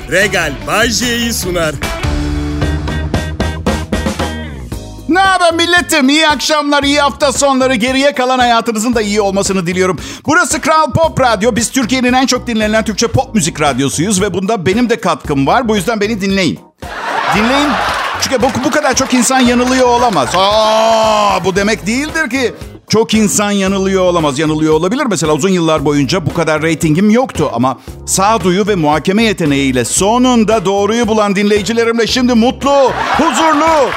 Regal Bay J'yi sunar. Ne haber milletim? İyi akşamlar, iyi hafta sonları. Geriye kalan hayatınızın da iyi olmasını diliyorum. Burası Kral Pop Radyo. Biz Türkiye'nin en çok dinlenen Türkçe pop müzik radyosuyuz ve bunda benim de katkım var. Bu yüzden beni dinleyin. Dinleyin. Çünkü bu kadar çok insan yanılıyor olamaz. Bu demek değildir ki. Çok insan yanılıyor olamaz. Yanılıyor olabilir. Mesela uzun yıllar boyunca bu kadar reytingim yoktu. Ama sağduyu ve muhakeme yeteneğiyle sonunda doğruyu bulan dinleyicilerimle şimdi mutlu, huzurlu,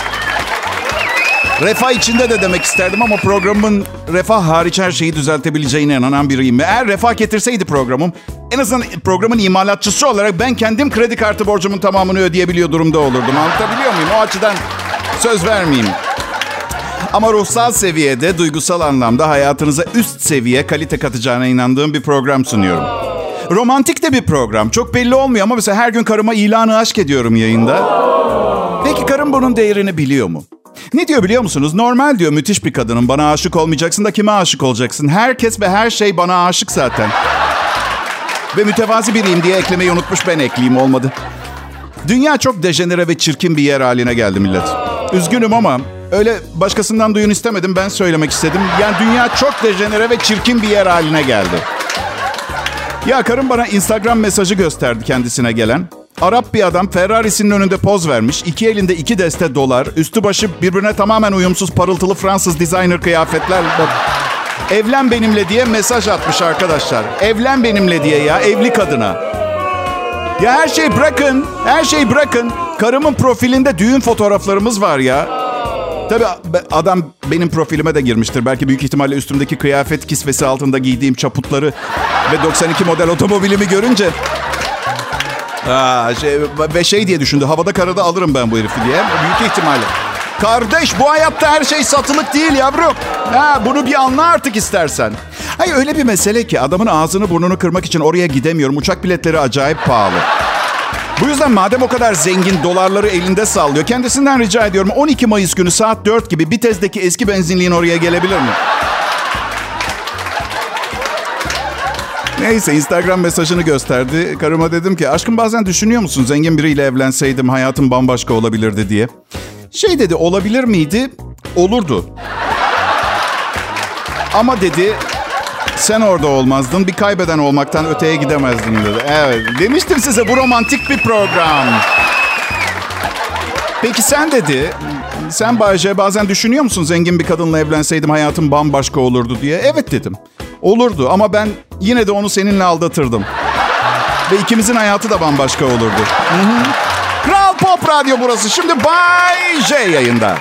refah içinde de demek isterdim ama programın refah hariç her şeyi düzeltebileceğine inanan biriyim. Eğer refah getirseydi programım, en azından programın imalatçısı olarak ben kendim kredi kartı borcumun tamamını ödeyebiliyor durumda olurdum. Anlatabiliyor muyum? O açıdan söz vermeyeyim. Ama ruhsal seviyede, duygusal anlamda hayatınıza üst seviye kalite katacağına inandığım bir program sunuyorum. Romantik de bir program. Çok belli olmuyor ama mesela her gün karıma ilanı aşk ediyorum yayında. Peki karım bunun değerini biliyor mu? Ne diyor biliyor musunuz? Normal diyor, müthiş bir kadının. Bana aşık olmayacaksın da kime aşık olacaksın? Herkes ve her şey bana aşık zaten. Ve mütevazi biriyim diye eklemeyi unutmuş, ben ekleyeyim, olmadı. Dünya çok dejenere ve çirkin bir yer haline geldi millet. Üzgünüm ama öyle başkasından duyun istemedim, ben söylemek istedim. Yani dünya çok dejenere ve çirkin bir yer haline geldi. Ya karım bana Instagram mesajı gösterdi kendisine gelen. Arap bir adam Ferrari'sinin önünde poz vermiş. 2 elinde 2 deste dolar. Üstü başı birbirine tamamen uyumsuz parıltılı Fransız designer kıyafetler. Evlen benimle diye mesaj atmış arkadaşlar. Evlen benimle diye ya, evli kadına. Ya her şeyi bırakın. Her şeyi bırakın. Karımın profilinde düğün fotoğraflarımız var ya. Tabii adam benim profilime de girmiştir. Belki büyük ihtimalle üstümdeki kıyafet kisvesi altında giydiğim çaputları ve 92 model otomobilimi görünce... şey diye düşündü. Havada karada alırım ben bu herifi diye. Büyük ihtimalle. Kardeş, bu hayatta her şey satılık değil yavrum. Bunu bir anla artık istersen. Hayır, öyle bir mesele ki adamın ağzını burnunu kırmak için oraya gidemiyorum. Uçak biletleri acayip pahalı. Bu yüzden madem o kadar zengin, dolarları elinde sallıyor, kendisinden rica ediyorum 12 Mayıs günü saat 4 gibi Bitez'deki eski benzinliğin oraya gelebilir mi? Neyse, Instagram mesajını gösterdi. Karıma dedim ki, aşkım bazen düşünüyor musun zengin biriyle evlenseydim hayatım bambaşka olabilirdi diye. Şey dedi, olabilir miydi? Olurdu. Ama dedi, sen orada olmazdın, bir kaybeden olmaktan öteye gidemezdin dedi. Evet, demiştim size, bu romantik bir program. Peki sen dedi, sen Bayce bazen düşünüyor musun zengin bir kadınla evlenseydim hayatım bambaşka olurdu diye. Evet dedim. Olurdu ama ben yine de onu seninle aldatırdım. Ve ikimizin hayatı da bambaşka olurdu. Hı-hı. Kral Pop Radyo burası. Şimdi Bay J yayında.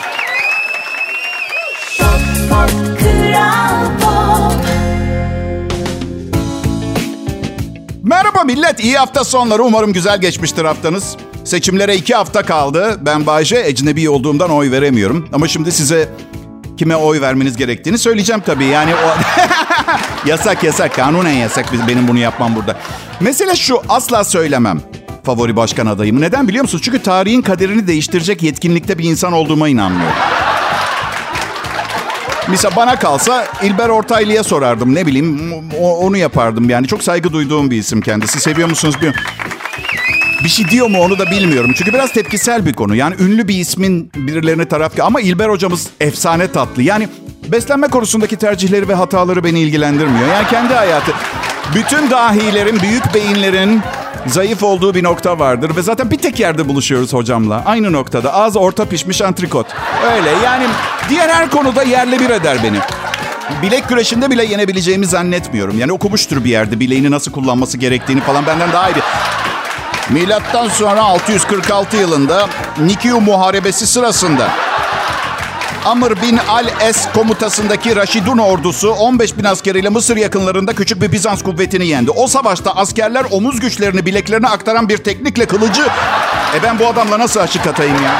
Pop, pop, Kral Pop. Merhaba millet, iyi hafta sonları. Umarım güzel geçmiştir haftanız. Seçimlere 2 hafta kaldı. Ben Bay J, ecnebi olduğumdan oy veremiyorum. Ama şimdi size kime oy vermeniz gerektiğini söyleyeceğim tabii. Yani o... yasak, kanunen yasak benim bunu yapmam burada. Mesele şu, asla söylemem favori başkan adayımı. Neden biliyor musunuz? Çünkü tarihin kaderini değiştirecek yetkinlikte bir insan olduğuma inanmıyorum. Mesela bana kalsa İlber Ortaylı'ya sorardım, ne bileyim, onu yapardım yani. Çok saygı duyduğum bir isim kendisi. Seviyor musunuz bilmiyorum. Bir şey diyor mu onu da bilmiyorum. Çünkü biraz tepkisel bir konu. Yani ünlü bir ismin birilerine taraf... Ama İlber hocamız efsane tatlı. Yani beslenme konusundaki tercihleri ve hataları beni ilgilendirmiyor. Yani kendi hayatı. Bütün dahilerin, büyük beyinlerin zayıf olduğu bir nokta vardır. Ve zaten bir tek yerde buluşuyoruz hocamla. Aynı noktada. Az orta pişmiş antrikot. Öyle yani, diğer her konuda yerle bir eder beni. Bilek güreşinde bile yenebileceğimi zannetmiyorum. Yani okumuştur bir yerde bileğini nasıl kullanması gerektiğini falan, benden daha iyi. Milattan sonra 646 yılında Nikiu Muharebesi sırasında Amr bin al-Es komutasındaki Raşidun ordusu 15 bin askeriyle Mısır yakınlarında küçük bir Bizans kuvvetini yendi. O savaşta askerler omuz güçlerini bileklerine aktaran bir teknikle kılıcı... ben bu adamla nasıl aşık atayım ya?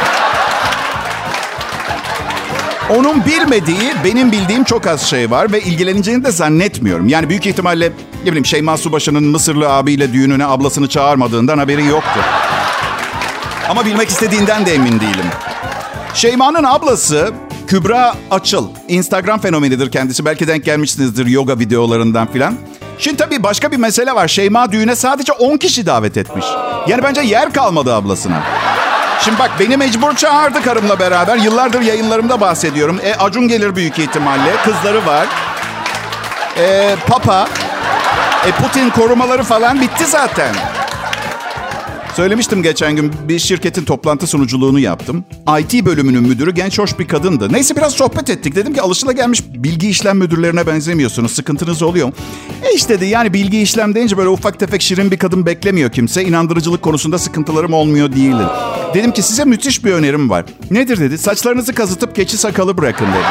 Onun bilmediği, benim bildiğim çok az şey var ve ilgileneceğini de zannetmiyorum. Yani büyük ihtimalle, ne bileyim, Şeyma Subaşı'nın Mısırlı abiyle düğününe ablasını çağırmadığından haberi yoktu. Ama bilmek istediğinden de emin değilim. Şeyma'nın ablası Kübra Açıl. Instagram fenomenidir kendisi. Belki denk gelmişsinizdir yoga videolarından filan. Şimdi tabii başka bir mesele var. Şeyma düğüne sadece 10 kişi davet etmiş. Yani bence yer kalmadı ablasına. Şimdi bak beni mecbur çağırdı karımla beraber. Yıllardır yayınlarımda bahsediyorum. Acun gelir büyük ihtimalle. Kızları var. Papa. Putin korumaları falan bitti zaten. Söylemiştim geçen gün bir şirketin toplantı sunuculuğunu yaptım. IT bölümünün müdürü genç hoş bir kadındı. Neyse biraz sohbet ettik. Dedim ki alışılagelmiş bilgi işlem müdürlerine benzemiyorsunuz. Sıkıntınız oluyor mu? İşte dedi yani bilgi işlem deyince böyle ufak tefek şirin bir kadın beklemiyor kimse. İnandırıcılık konusunda sıkıntılarım olmuyor değil dedi. Dedim ki size müthiş bir önerim var. Nedir dedi. Saçlarınızı kazıtıp keçi sakalı bırakın dedi.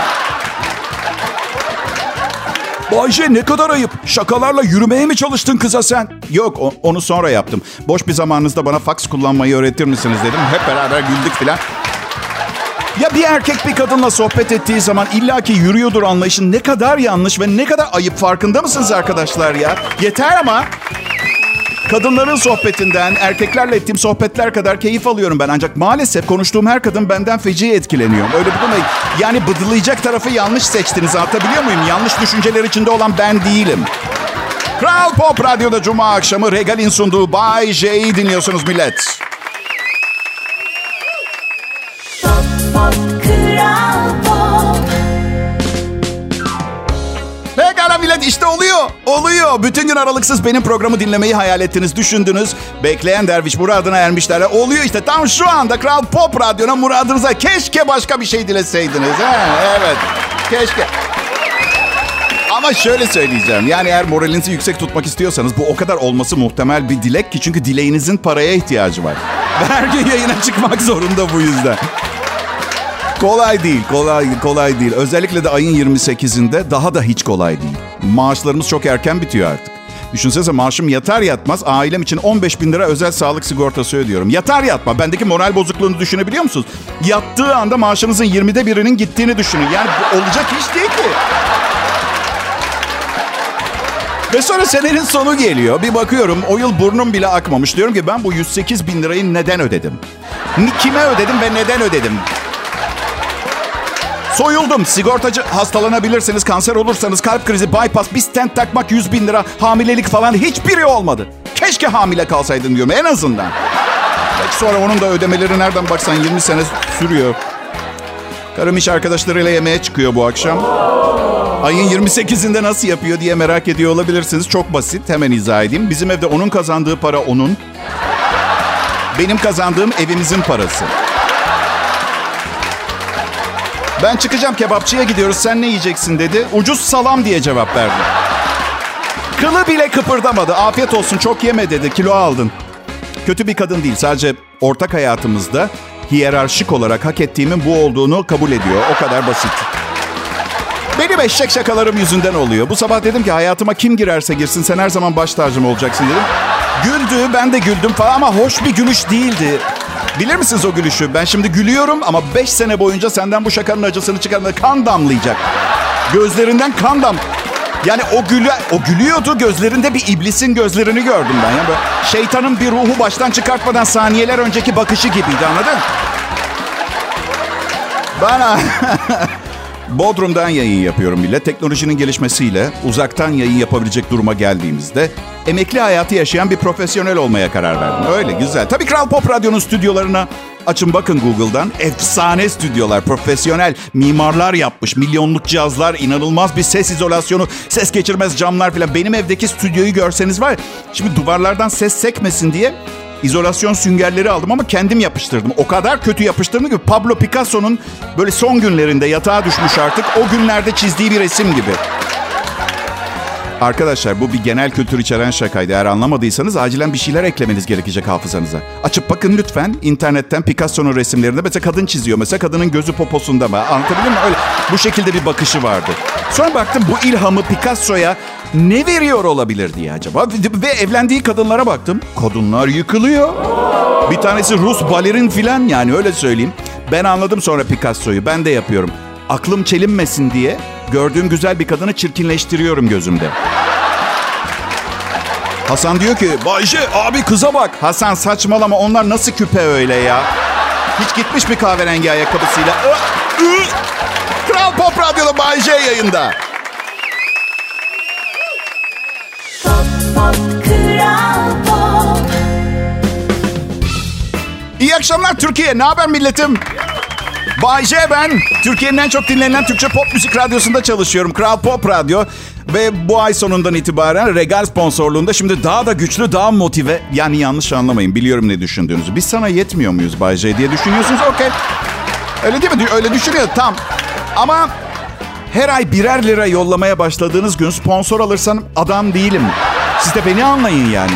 Bayce ne kadar ayıp. Şakalarla yürümeye mi çalıştın kıza sen? Yok onu sonra yaptım. Boş bir zamanınızda bana fax kullanmayı öğretir misiniz dedim. Hep beraber güldük filan. Ya bir erkek bir kadınla sohbet ettiği zaman illaki yürüyordur anlayışın ne kadar yanlış ve ne kadar ayıp farkında mısınız arkadaşlar ya? Yeter ama. Kadınların sohbetinden, erkeklerle ettiğim sohbetler kadar keyif alıyorum ben. Ancak maalesef konuştuğum her kadın benden feci etkileniyor. Öyle bir durum. Yani bıdılayacak tarafı yanlış seçtiniz. Anlatabiliyor muyum? Yanlış düşünceler içinde olan ben değilim. Kral Pop Radyo'da Cuma akşamı Regal'in sunduğu Bay J'yi dinliyorsunuz millet. Pop, pop, Kral Pop. Pekala millet işte oluyor. Oluyor. Bütün gün aralıksız benim programı dinlemeyi hayal ettiniz, düşündünüz. Bekleyen derviş muradına ermişler. Oluyor işte tam şu anda Kral Pop Radyo'na muradınıza keşke başka bir şey dileseydiniz. Evet. Keşke. Ama şöyle söyleyeceğim. Yani eğer moralinizi yüksek tutmak istiyorsanız bu o kadar olması muhtemel bir dilek ki. Çünkü dileğinizin paraya ihtiyacı var. Her gün yayına çıkmak zorunda bu yüzden. Kolay değil, kolay değil. Özellikle de ayın 28'inde daha da hiç kolay değil. Maaşlarımız çok erken bitiyor artık. Düşünsenize maaşım yatar yatmaz ailem için 15.000 lira özel sağlık sigortası ödüyorum. Yatar yatma. Bendeki moral bozukluğunu düşünebiliyor musunuz? Yattığı anda maaşınızın 20'de birinin gittiğini düşünün. Yani bu olacak iş değil ki. Ve sonra senenin sonu geliyor. Bir bakıyorum o yıl burnum bile akmamış. Diyorum ki ben bu 108.000 lirayı neden ödedim? Kime ödedim ve neden ödedim? Soyuldum. Sigortacı hastalanabilirsiniz, kanser olursanız, kalp krizi, bypass, bir stent takmak 100.000 lira, hamilelik falan hiçbiri olmadı. Keşke hamile kalsaydın diyorum en azından. Peki sonra onun da ödemeleri nereden baksan 20 sene sürüyor. Karım iş arkadaşlarıyla yemeğe çıkıyor bu akşam. Ayın 28'inde nasıl yapıyor diye merak ediyor olabilirsiniz. Çok basit, hemen izah edeyim. Bizim evde onun kazandığı para onun. Benim kazandığım evimizin parası. Ben çıkacağım kebapçıya gidiyoruz sen ne yiyeceksin dedi. Ucuz salam diye cevap verdi. Kılı bile kıpırdamadı. Afiyet olsun çok yeme dedi. Kilo aldın. Kötü bir kadın değil. Sadece ortak hayatımızda hiyerarşik olarak hak ettiğimin bu olduğunu kabul ediyor. O kadar basit. Benim eşek şakalarım yüzünden oluyor. Bu sabah dedim ki hayatıma kim girerse girsin sen her zaman baş tacım olacaksın dedim. Güldü ben de güldüm falan ama hoş bir gülüş değildi. Bilir misiniz o gülüşü? Ben şimdi gülüyorum ama 5 sene boyunca senden bu şakanın acısını çıkarmada kan damlayacak. Gözlerinden kan Yani o gülüyordu, gözlerinde bir iblisin gözlerini gördüm ben. Yani böyle şeytanın bir ruhu baştan çıkartmadan saniyeler önceki bakışı gibiydi anladın? Bana... Bodrum'dan yayın yapıyorum bile. Teknolojinin gelişmesiyle uzaktan yayın yapabilecek duruma geldiğimizde emekli hayatı yaşayan bir profesyonel olmaya karar verdim. Öyle güzel. Tabii Kral Pop Radyo'nun stüdyolarına açın bakın Google'dan. Efsane stüdyolar, profesyonel mimarlar yapmış. Milyonluk cihazlar, inanılmaz bir ses izolasyonu, ses geçirmez camlar falan. Benim evdeki stüdyoyu görseniz var. Şimdi duvarlardan ses sekmesin diye İzolasyon süngerleri aldım ama kendim yapıştırdım. O kadar kötü yapıştırdım ki Pablo Picasso'nun böyle son günlerinde yatağa düşmüş artık. O günlerde çizdiği bir resim gibi. Arkadaşlar bu bir genel kültür içeren şakaydı. Eğer anlamadıysanız acilen bir şeyler eklemeniz gerekecek hafızanıza. Açıp bakın lütfen internetten Picasso'nun resimlerinde. Mesela kadın çiziyor. Mesela kadının gözü poposunda mı? Anlatabiliyor muyum? Öyle bu şekilde bir bakışı vardı. Sonra baktım bu ilhamı Picasso'ya ne veriyor olabilir diye acaba. Ve evlendiği kadınlara baktım. Kadınlar yıkılıyor. Bir tanesi Rus balerin filan yani öyle söyleyeyim. Ben anladım sonra Picasso'yu. Ben de yapıyorum. Aklım çelinmesin diye gördüğüm güzel bir kadını çirkinleştiriyorum gözümde. Hasan diyor ki Bayce abi kıza bak. Hasan saçmalama onlar nasıl küpe öyle ya. Hiç gitmiş bir kahverengi ayakkabısıyla. Kral Pop Radyo'da Bayce yayında. Pop, pop, Kral Pop. İyi akşamlar Türkiye. Ne haber milletim? Bay J ben. Türkiye'nin en çok dinlenen Türkçe pop müzik radyosunda çalışıyorum. Kral Pop Radyo. Ve bu ay sonundan itibaren Regal sponsorluğunda şimdi daha da güçlü, daha motive. Yani yanlış anlamayın. Biliyorum ne düşündüğünüzü. Biz sana yetmiyor muyuz Bay J diye düşünüyorsunuz. Okey. Öyle değil mi? Öyle düşünüyor. Tam. Ama her ay birer lira yollamaya başladığınız gün sponsor alırsam adam değilim. Siz de beni anlayın yani.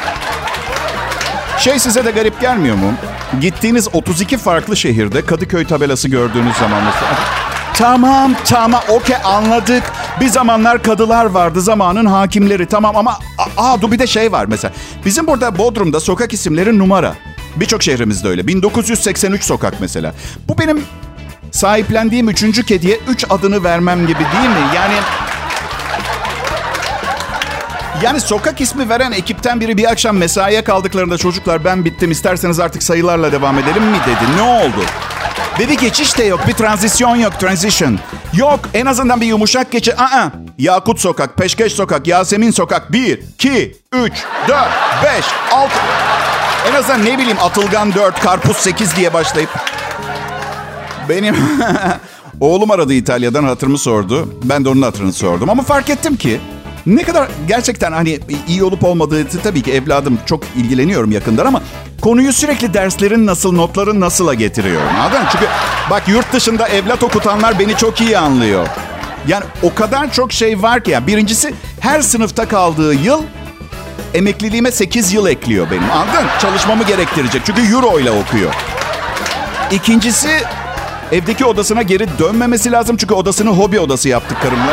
Size de garip gelmiyor mu? Gittiğiniz 32 farklı şehirde Kadıköy tabelası gördüğünüz zaman mesela. Tamam, okey anladık. Bir zamanlar kadılar vardı, zamanın hakimleri. Tamam ama dur bir de var mesela. Bizim burada Bodrum'da sokak isimleri numara. Birçok şehrimizde öyle. 1983 sokak mesela. Bu benim sahiplendiğim 3. kediye 3 adını vermem gibi değil mi? Yani sokak ismi veren ekipten biri bir akşam mesaiye kaldıklarında çocuklar ben bittim isterseniz artık sayılarla devam edelim mi dedi. Ne oldu? Ve bir geçiş de yok, bir transition yok, transition. Yok, en azından bir yumuşak geçiş. Yakut Sokak, Peşkeş Sokak, Yasemin Sokak 1, 2, 3, 4, 5, 6. En azından ne bileyim Atılgan 4, Karpuz 8 diye başlayıp. Benim oğlum aradı İtalya'dan, hatırımı sordu. Ben de onun hatırını sordum ama fark ettim ki ne kadar gerçekten hani iyi olup olmadığı tabii ki evladım çok ilgileniyorum yakından ama konuyu sürekli derslerin nasıl, notların nasıla getiriyorum. Anladın mı? Çünkü bak yurt dışında evlat okutanlar beni çok iyi anlıyor. Yani o kadar çok şey var ki ya. Birincisi her sınıfta kaldığı yıl emekliliğime 8 yıl ekliyor benim. Anladın mı? Çalışmamı gerektirecek. Çünkü euro ile okuyor. İkincisi evdeki odasına geri dönmemesi lazım. Çünkü odasını hobi odası yaptık karımla.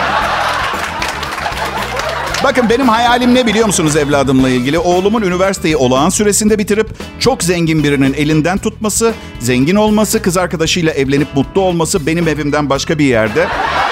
Bakın benim hayalim ne biliyor musunuz evladımla ilgili? Oğlumun üniversiteyi olağan süresinde bitirip çok zengin birinin elinden tutması, zengin olması, kız arkadaşıyla evlenip mutlu olması, benim evimden başka bir yerde.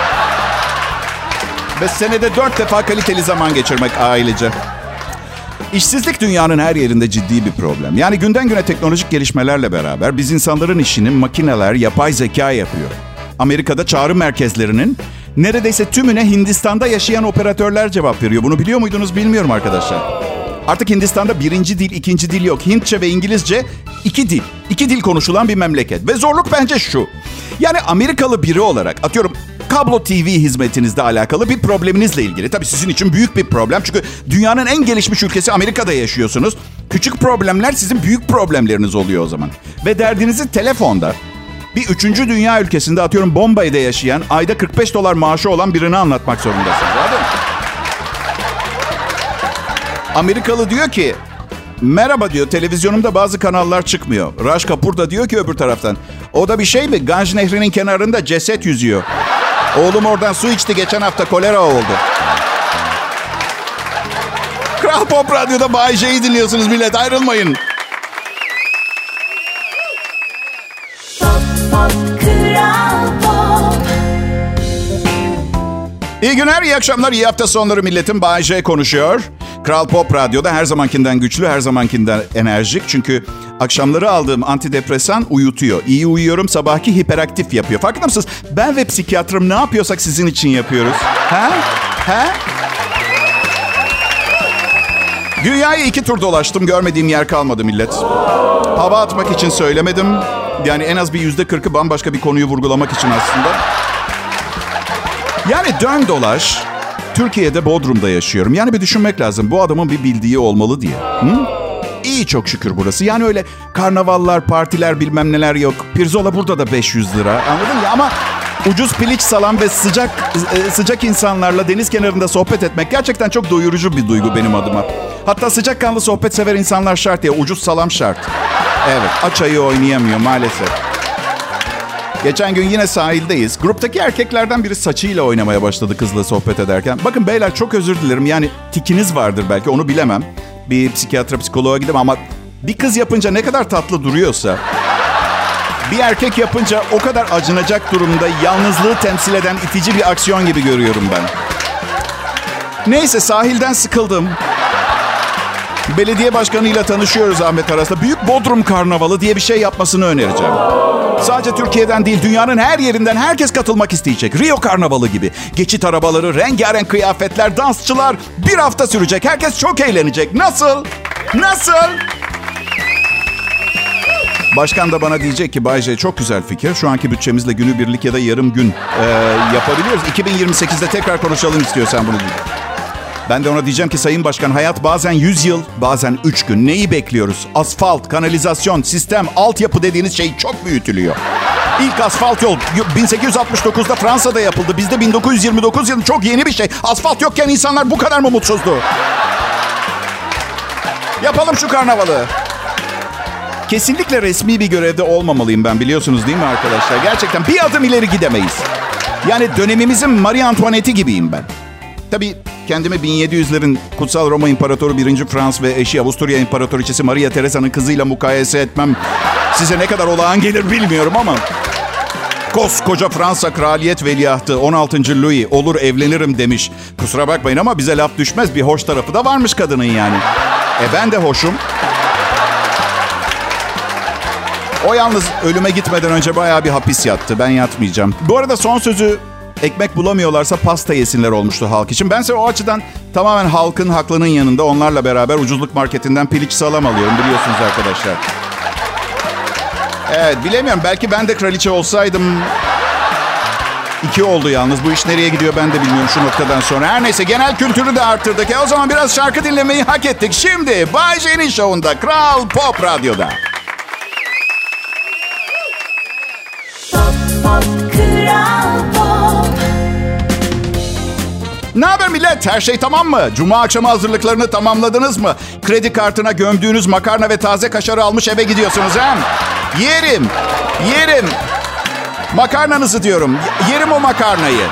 Ve senede 4 defa kaliteli zaman geçirmek ailece. İşsizlik dünyanın her yerinde ciddi bir problem. Yani günden güne teknolojik gelişmelerle beraber biz insanların işini makineler, yapay zeka yapıyor. Amerika'da çağrı merkezlerinin neredeyse tümüne Hindistan'da yaşayan operatörler cevap veriyor. Bunu biliyor muydunuz bilmiyorum arkadaşlar. Artık Hindistan'da birinci dil, ikinci dil yok. Hintçe ve İngilizce 2 dil. 2 dil konuşulan bir memleket. Ve zorluk bence şu. Yani Amerikalı biri olarak atıyorum kablo TV hizmetinizle alakalı bir probleminizle ilgili. Tabii sizin için büyük bir problem. Çünkü dünyanın en gelişmiş ülkesi Amerika'da yaşıyorsunuz. Küçük problemler sizin büyük problemleriniz oluyor o zaman. Ve derdinizi telefonda bir 3. dünya ülkesinde atıyorum Bombay'da yaşayan ayda $45 maaşı olan birine anlatmak zorundasınız. Anladın mı? Amerikalı diyor ki merhaba diyor televizyonumda bazı kanallar çıkmıyor. Raj Kapoor da diyor ki öbür taraftan o da bir şey mi? Ganj Nehri'nin kenarında ceset yüzüyor. Oğlum oradan su içti geçen hafta kolera oldu. Kral Pop Radyo'da Bay J'yi dinliyorsunuz millet ayrılmayın. İyi günler, iyi akşamlar, iyi hafta sonları milletim. Bay J konuşuyor. Kral Pop Radyo'da her zamankinden güçlü, her zamankinden enerjik. Çünkü akşamları aldığım antidepresan uyutuyor. İyi uyuyorum, sabahki hiperaktif yapıyor. Farkında mısınız? Ben ve psikiyatrım ne yapıyorsak sizin için yapıyoruz. Ha? Dünyayı 2 tur dolaştım, görmediğim yer kalmadı millet. Hava atmak için söylemedim. Yani en az bir %40'ı bambaşka bir konuyu vurgulamak için aslında. Yani dön dolaş, Türkiye'de Bodrum'da yaşıyorum. Yani bir düşünmek lazım. Bu adamın bir bildiği olmalı diye. İyi çok şükür burası. Yani öyle karnavallar, partiler bilmem neler yok. Pirzola burada da 500 lira. Anladın ya ama ucuz piliç salam ve sıcak insanlarla deniz kenarında sohbet etmek gerçekten çok doyurucu bir duygu benim adıma. Hatta sıcakkanlı sohbet sever insanlar şart ya. Ucuz salam şart. Evet, aç ayı oynayamıyor maalesef. Geçen gün yine sahildeyiz. Gruptaki erkeklerden biri saçıyla oynamaya başladı kızla sohbet ederken. Bakın beyler çok özür dilerim. Yani tikiniz vardır belki onu bilemem. Bir psikiyatra, psikoloğa gidemem ama bir kız yapınca ne kadar tatlı duruyorsa bir erkek yapınca o kadar acınacak durumda yalnızlığı temsil eden itici bir aksiyon gibi görüyorum ben. Neyse sahilden sıkıldım. Belediye başkanıyla tanışıyoruz Ahmet Aras'ta. Büyük Bodrum Karnavalı diye bir şey yapmasını önereceğim. Sadece Türkiye'den değil, dünyanın her yerinden herkes katılmak isteyecek. Rio Karnavalı gibi. Geçit arabaları, rengarenk kıyafetler, dansçılar. Bir hafta sürecek. Herkes çok eğlenecek. Nasıl? Başkan da bana diyecek ki Bay J çok güzel fikir. Şu anki bütçemizle günübirlik ya da yarım gün yapabiliyoruz. 2028'de tekrar konuşalım istiyorsan bunu. Ben de ona diyeceğim ki Sayın Başkan, hayat bazen 100 yıl, bazen 3 gün. Neyi bekliyoruz? Asfalt, kanalizasyon, sistem, altyapı dediğiniz şey çok büyütülüyor. İlk asfalt yol 1869'da Fransa'da yapıldı. Bizde 1929 yılı, çok yeni bir şey. Asfalt yokken insanlar bu kadar mı mutsuzdu? Yapalım şu karnavalı. Kesinlikle resmi bir görevde olmamalıyım ben, biliyorsunuz değil mi arkadaşlar? Gerçekten bir adım ileri gidemeyiz. Yani dönemimizin Marie Antoinette'i gibiyim ben. Tabii kendimi 1700'lerin Kutsal Roma İmparatoru 1. Frans ve eşi Avusturya İmparatoriçesi Maria Teresa'nın kızıyla mukayese etmem size ne kadar olağan gelir bilmiyorum ama... Koskoca Fransa Kraliyet Veliahtı 16. Louis olur evlenirim demiş. Kusura bakmayın ama bize laf düşmez, bir hoş tarafı da varmış kadının yani. Ben de hoşum. O yalnız ölüme gitmeden önce bayağı bir hapis yattı. Ben yatmayacağım. Bu arada son sözü, ekmek bulamıyorlarsa pasta yesinler olmuştu halk için. Bense o açıdan tamamen halkın haklının yanında onlarla beraber ucuzluk marketinden piliç salam alıyorum, biliyorsunuz arkadaşlar. Evet, bilemiyorum, belki ben de kraliçe olsaydım. 2 oldu yalnız. Bu iş nereye gidiyor ben de bilmiyorum şu noktadan sonra. Her neyse, genel kültürü de arttırdık. O zaman biraz şarkı dinlemeyi hak ettik. Şimdi Bay J'nin şovunda, Kral Pop Radyo'da. Ne haber millet? Her şey tamam mı? Cuma akşamı hazırlıklarını tamamladınız mı? Kredi kartına gömdüğünüz makarna ve taze kaşarı almış eve gidiyorsunuz ha? Yerim. Makarnanızı diyorum. Yerim o makarnayı.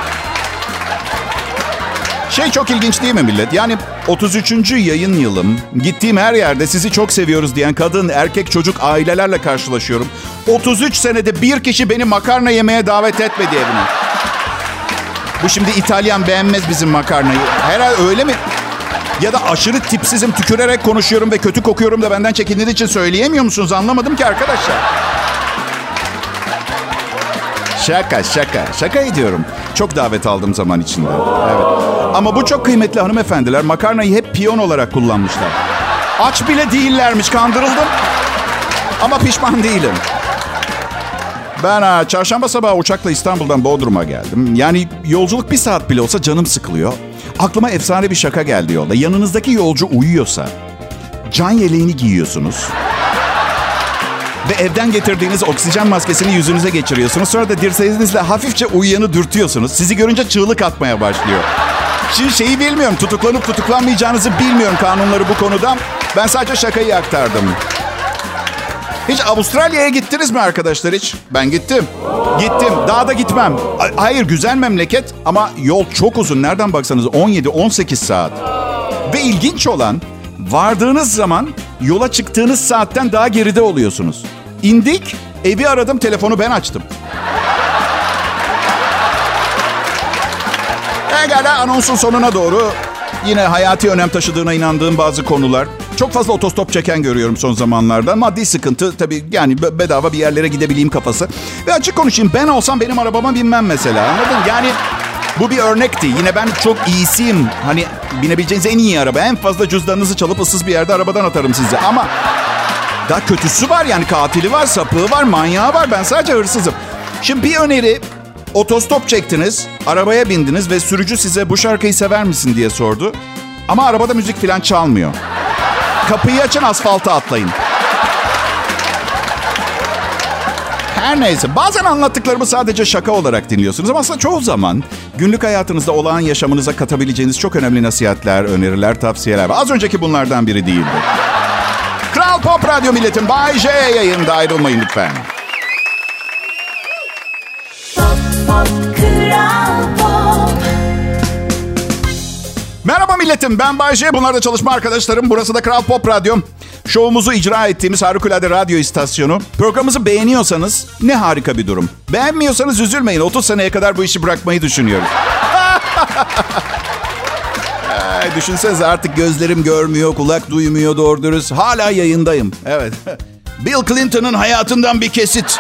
Çok ilginç değil mi millet? Yani 33. yayın yılım. Gittiğim her yerde sizi çok seviyoruz diyen kadın, erkek, çocuk, ailelerle karşılaşıyorum. 33 senede bir kişi beni makarna yemeye davet etmedi evine. Bu şimdi İtalyan beğenmez bizim makarnayı. Herhalde öyle mi? Ya da aşırı tipsizim, tükürerek konuşuyorum ve kötü kokuyorum da benden çekindiği için söyleyemiyor musunuz? Anlamadım ki arkadaşlar. Şaka ediyorum. Çok davet aldım zaman içinde. Evet. Ama bu çok kıymetli hanımefendiler makarnayı hep piyon olarak kullanmışlar. Aç bile değillermiş, kandırıldım. Ama pişman değilim. Ben çarşamba sabahı uçakla İstanbul'dan Bodrum'a geldim. Yani yolculuk 1 saat bile olsa canım sıkılıyor. Aklıma efsane bir şaka geldi yolda. Yanınızdaki yolcu uyuyorsa can yeleğini giyiyorsunuz. Ve evden getirdiğiniz oksijen maskesini yüzünüze geçiriyorsunuz. Sonra da dirseğinizle hafifçe uyuyanı dürtüyorsunuz. Sizi görünce çığlık atmaya başlıyor. Şimdi şeyi bilmiyorum. Tutuklanıp tutuklanmayacağınızı bilmiyorum, kanunları bu konuda. Ben sadece şakayı aktardım. Hiç Avustralya'ya gittiniz mi arkadaşlar hiç? Ben gittim. Daha da gitmem. Hayır, güzel memleket ama yol çok uzun. Nereden baksanız 17-18 saat. Ve ilginç olan, vardığınız zaman yola çıktığınız saatten daha geride oluyorsunuz. İndik, evi aradım, telefonu ben açtım. Egala anonsun sonuna doğru yine hayati önem taşıdığına inandığım bazı konular. Çok fazla otostop çeken görüyorum son zamanlarda. Maddi sıkıntı tabii, yani bedava bir yerlere gidebileyim kafası. Ve açık konuşayım, ben olsam benim arabama binmem mesela, anladın? Yani bu bir örnekti. Yine ben çok iyisiyim. Hani binebileceğiniz en iyi araba. En fazla cüzdanınızı çalıp ıssız bir yerde arabadan atarım sizi. Ama daha kötüsü var, yani katili var, sapığı var, manyağı var. Ben sadece hırsızım. Şimdi bir öneri. Otostop çektiniz, arabaya bindiniz ve sürücü size bu şarkıyı sever misin diye sordu. Ama arabada müzik falan çalmıyor. Kapıyı açın, asfalta atlayın. Her neyse, bazen anlattıklarımı sadece şaka olarak dinliyorsunuz. Ama aslında çoğu zaman günlük hayatınızda olağan yaşamınıza katabileceğiniz çok önemli nasihatler, öneriler, tavsiyeler var. Az önceki bunlardan biri değildi. Kral Pop Radyo milletim, Bay J yayında, ayrılmayın lütfen. Merhaba milletim, ben Bay J. Bunlar da çalışma arkadaşlarım. Burası da Kral Pop Radyo. Şovumuzu icra ettiğimiz harikulade radyo istasyonu. Programımızı beğeniyorsanız ne harika bir durum. Beğenmiyorsanız üzülmeyin. 30 seneye kadar bu işi bırakmayı düşünüyoruz. Düşünsenize, artık gözlerim görmüyor, kulak duymuyor doğru dürüst. Hala yayındayım. Evet. Bill Clinton'ın hayatından bir kesit.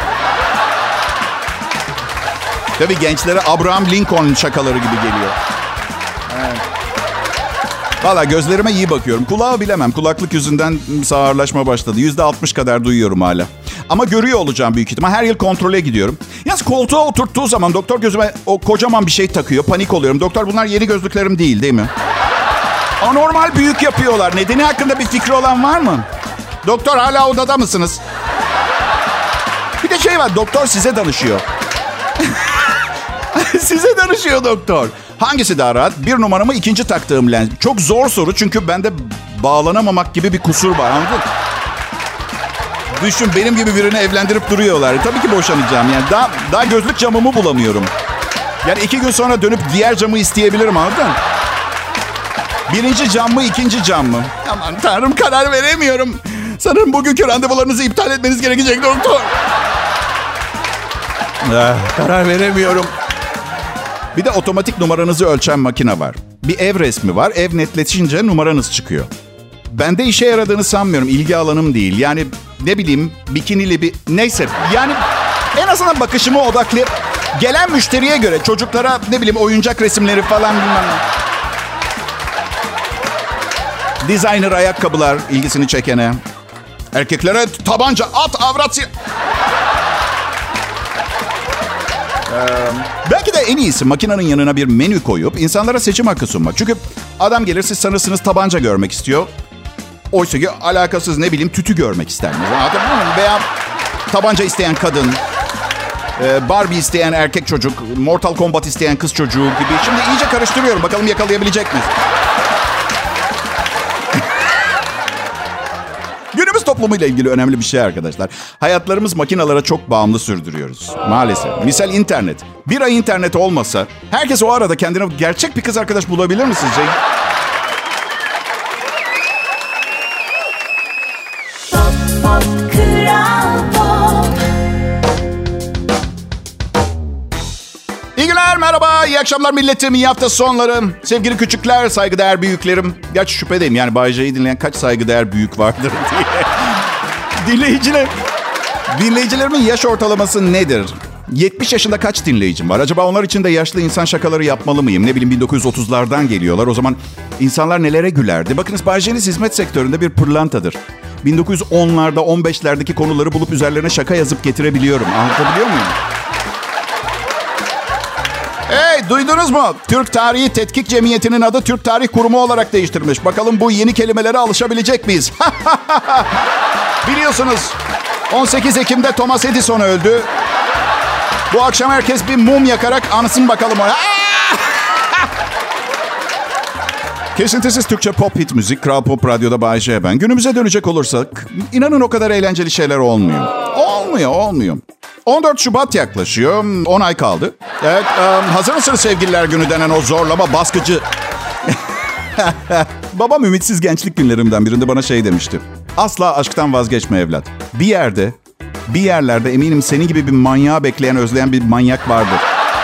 Tabii gençlere Abraham Lincoln şakaları gibi geliyor. Evet. Valla gözlerime iyi bakıyorum. Kulağı bilemem. Kulaklık yüzünden sağırlaşma başladı. %60 kadar duyuyorum hala. Ama görüyor olacağım büyük ihtimal. Her yıl kontrole gidiyorum. Yalnız koltuğa oturttuğu zaman doktor gözüme o kocaman bir şey takıyor. Panik oluyorum. Doktor bunlar yeni gözlüklerim değil mi? Anormal büyük yapıyorlar. Nedeni hakkında bir fikri olan var mı? Doktor hala odada mısınız? Bir de şey var. Doktor size danışıyor. Size danışıyor doktor. Hangisi daha rahat? Bir numara mı, ikinci taktığım lens? Çok zor soru çünkü bende bağlanamamak gibi bir kusur var. Anladın mı? Düşün, benim gibi birini evlendirip duruyorlar. Tabii ki boşanacağım. Yani daha gözlük camımı bulamıyorum. Yani 2 gün sonra dönüp diğer camı isteyebilirim, anladın mı? Birinci cam mı, ikinci cam mı? Aman tanrım, karar veremiyorum. Sanırım bugünkü randevularınızı iptal etmeniz gerekecek doktor. Karar veremiyorum. Bir de otomatik numaranızı ölçen makine var. Bir ev resmi var. Ev netleşince numaranız çıkıyor. Bende işe yaradığını sanmıyorum. İlgi alanım değil. Yani ne bileyim, bikinili bir... Neyse, yani en azından bakışımı odaklayıp... Gelen müşteriye göre çocuklara ne bileyim oyuncak resimleri falan bilmem ne. Designer ayakkabılar ilgisini çekene. Erkeklere tabanca, at, avrat... Belki de en iyisi makinenin yanına bir menü koyup insanlara seçim hakkı sunmak. Çünkü adam gelir, siz sanırsınız tabanca görmek istiyor. Oysa ki alakasız ne bileyim tütü görmek ister. Veya tabanca isteyen kadın, Barbie isteyen erkek çocuk, Mortal Kombat isteyen kız çocuğu gibi. Şimdi iyice karıştırıyorum. Bakalım yakalayabilecek miyiz? Günümüz toplumuyla ilgili önemli bir şey arkadaşlar. Hayatlarımız makinalara çok bağımlı sürdürüyoruz. Maalesef. Misal internet. Bir ay internet olmasa herkes o arada kendine gerçek bir kız arkadaş bulabilir mi sizce? İyi günler, merhaba, iyi akşamlar milletim, iyi hafta sonları. Sevgili küçükler, saygıdeğer büyüklerim. Gerçi şüphedeyim, yani Bay J'yi dinleyen kaç saygıdeğer büyük vardır diye. Dinleyicilerimin yaş ortalaması nedir? 70 yaşında kaç dinleyicim var? Acaba onlar için de yaşlı insan şakaları yapmalı mıyım? Ne bileyim, 1930'lardan geliyorlar. O zaman insanlar nelere gülerdi? Bakınız, Bay J'niz hizmet sektöründe bir pırlantadır. 1910'larda, 15'lerdeki konuları bulup üzerlerine şaka yazıp getirebiliyorum. Anlatabiliyor muyum? Hey, duydunuz mu? Türk Tarihi Tetkik Cemiyeti'nin adı Türk Tarih Kurumu olarak değiştirmiş. Bakalım bu yeni kelimelere alışabilecek miyiz? Biliyorsunuz 18 Ekim'de Thomas Edison öldü. Bu akşam herkes bir mum yakarak anısın bakalım ona. Kesintisiz Türkçe pop hit müzik. Kral Pop Radyo'da Bay J ben. Günümüze dönecek olursak, inanın o kadar eğlenceli şeyler olmuyor. Olmuyor. 14 Şubat yaklaşıyor. 10 ay kaldı. Evet, hazır mısınız sevgililer günü denen o zorlama, baskıcı... Babam ümitsiz gençlik günlerimden birinde bana şey demişti. Asla aşktan vazgeçme evlat. Bir yerlerde eminim senin gibi bir manyağı bekleyen, özleyen bir manyak vardır.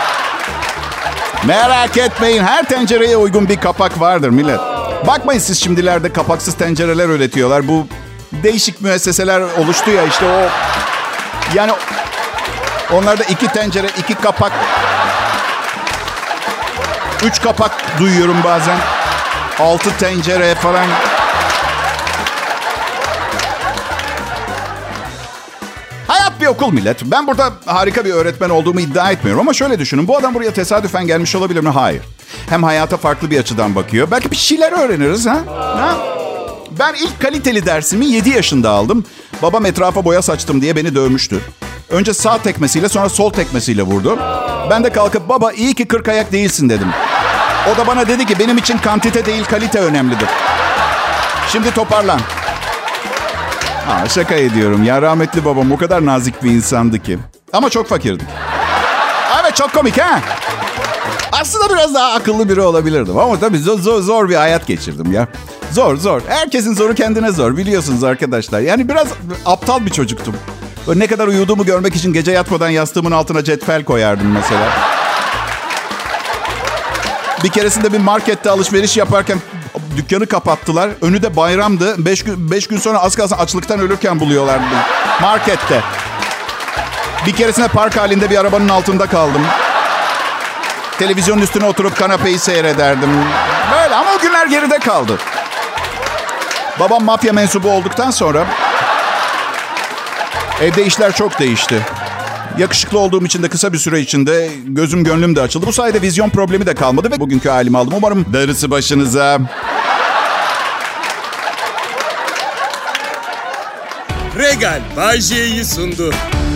Merak etmeyin, her tencereye uygun bir kapak vardır millet. Bakmayın siz, şimdilerde kapaksız tencereler üretiyorlar. Bu değişik müesseseler oluştu ya, işte o... Yani onlarda 2 tencere, 2 kapak, 3 kapak duyuyorum bazen. 6 tencere falan. Hayat bir okul millet. Ben burada harika bir öğretmen olduğumu iddia etmiyorum ama şöyle düşünün. Bu adam buraya tesadüfen gelmiş olabilir mi? Hayır. Hem hayata farklı bir açıdan bakıyor. Belki bir şeyler öğreniriz ha? Ben ilk kaliteli dersimi 7 yaşında aldım. Babam etrafa boya saçtım diye beni dövmüştü. Önce sağ tekmesiyle, sonra sol tekmesiyle vurdu. Ben de kalkıp baba iyi ki 40 ayak değilsin dedim. O da bana dedi ki benim için kantite değil kalite önemlidir. Şimdi toparlan. Şaka ediyorum ya, rahmetli babam o kadar nazik bir insandı ki. Ama çok fakirdi. Evet, çok komik ha. Aslında biraz daha akıllı biri olabilirdim. Ama tabii zor bir hayat geçirdim ya. Zor. Herkesin zoru kendine zor, biliyorsunuz arkadaşlar. Yani biraz aptal bir çocuktum. Böyle ne kadar uyuduğumu görmek için gece yatmadan yastığımın altına cetvel koyardım mesela. Bir keresinde bir markette alışveriş yaparken dükkanı kapattılar. Önü de bayramdı. 5 gün sonra az kalsın açlıktan ölürken buluyorlardı markette. Bir keresinde park halinde bir arabanın altında kaldım. Televizyonun üstüne oturup kanapeyi seyrederdim. Böyle, ama o günler geride kaldı. Babam mafya mensubu olduktan sonra Evde işler çok değişti. Yakışıklı olduğum için de kısa bir süre içinde gözüm gönlüm de açıldı. Bu sayede vizyon problemi de kalmadı ve bugünkü halimi aldım. Umarım darısı başınıza. Regal Bay J'yi sundu.